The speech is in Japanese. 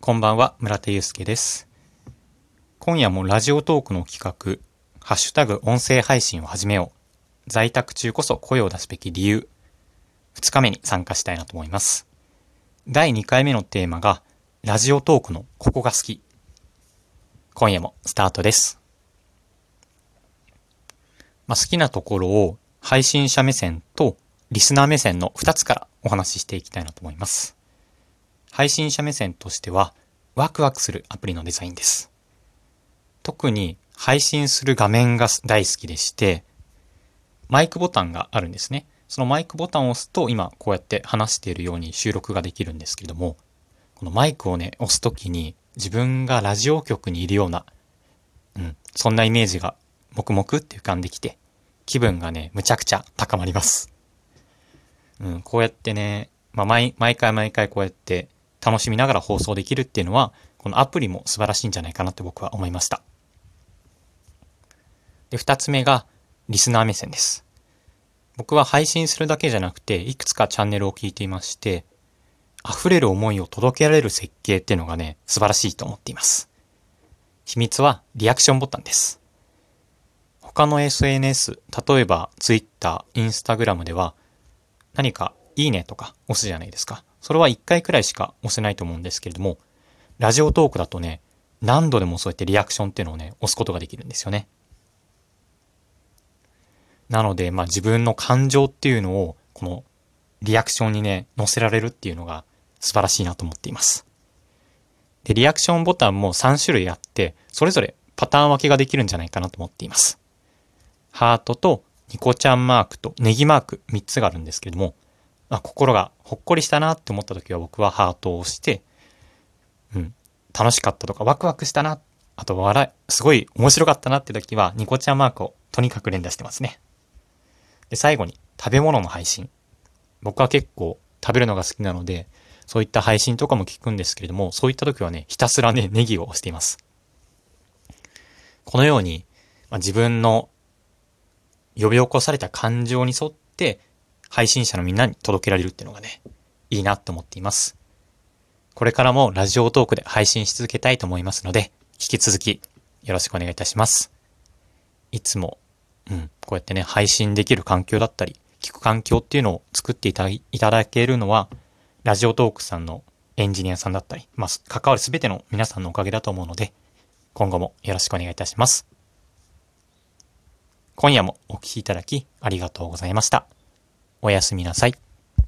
こんばんは、村田祐介です。今夜もラジオトークの企画、ハッシュタグ音声配信を始めよう。在宅中こそ声を出すべき理由。2日目に参加したいなと思います。第2回目のテーマが、ラジオトークのここが好き。今夜もスタートです。好きなところを配信者目線とリスナー目線の2つからお話ししていきたいなと思います。配信者目線としては、ワクワクするアプリのデザインです。特に配信する画面が大好きでして、マイクボタンがあるんですね。そのマイクボタンを押すと、今こうやって話しているように収録ができるんですけれども、このマイクをね、押すときに自分がラジオ局にいるような、そんなイメージが黙々って浮かんできて、気分がね、むちゃくちゃ高まります。こうやってね、毎回こうやって楽しみながら放送できるっていうのは、このアプリも素晴らしいんじゃないかなって僕は思いました。で、二つ目がリスナー目線です。僕は配信するだけじゃなくて、いくつかチャンネルを聞いていまして、溢れる思いを届けられる設計っていうのがね、素晴らしいと思っています。秘密はリアクションボタンです。他の SNS、例えば Twitter、Instagram では、何かいいねとか押すじゃないですか。それは1回くらいしか押せないと思うんですけれども、ラジオトークだとね、何度でもそうやってリアクションっていうのをね、押すことができるんですよね。なので、自分の感情っていうのを、このリアクションにね、載せられるっていうのが素晴らしいなと思っています。で、リアクションボタンも3種類あって、それぞれパターン分けができるんじゃないかなと思っています。ハートとニコちゃんマークとネギマーク3つがあるんですけれども、心がほっこりしたなって思った時は僕はハートを押して、楽しかったとかワクワクしたな、あとすごい面白かったなって時はニコちゃんマークをとにかく連打してますね。で、最後に食べ物の配信。僕は結構食べるのが好きなので、そういった配信とかも聞くんですけれども、そういった時はね、ひたすらね、ネギを押しています。このように、自分の呼び起こされた感情に沿って配信者のみんなに届けられるっていうのがね、いいなと思っています。これからもラジオトークで配信し続けたいと思いますので、引き続きよろしくお願いいたします。いつも、こうやってね、配信できる環境だったり、聞く環境っていうのを作っていただけるのは、ラジオトークさんのエンジニアさんだったり、関わるすべての皆さんのおかげだと思うので、今後もよろしくお願いいたします。今夜もお聞きいただきありがとうございました。おやすみなさい。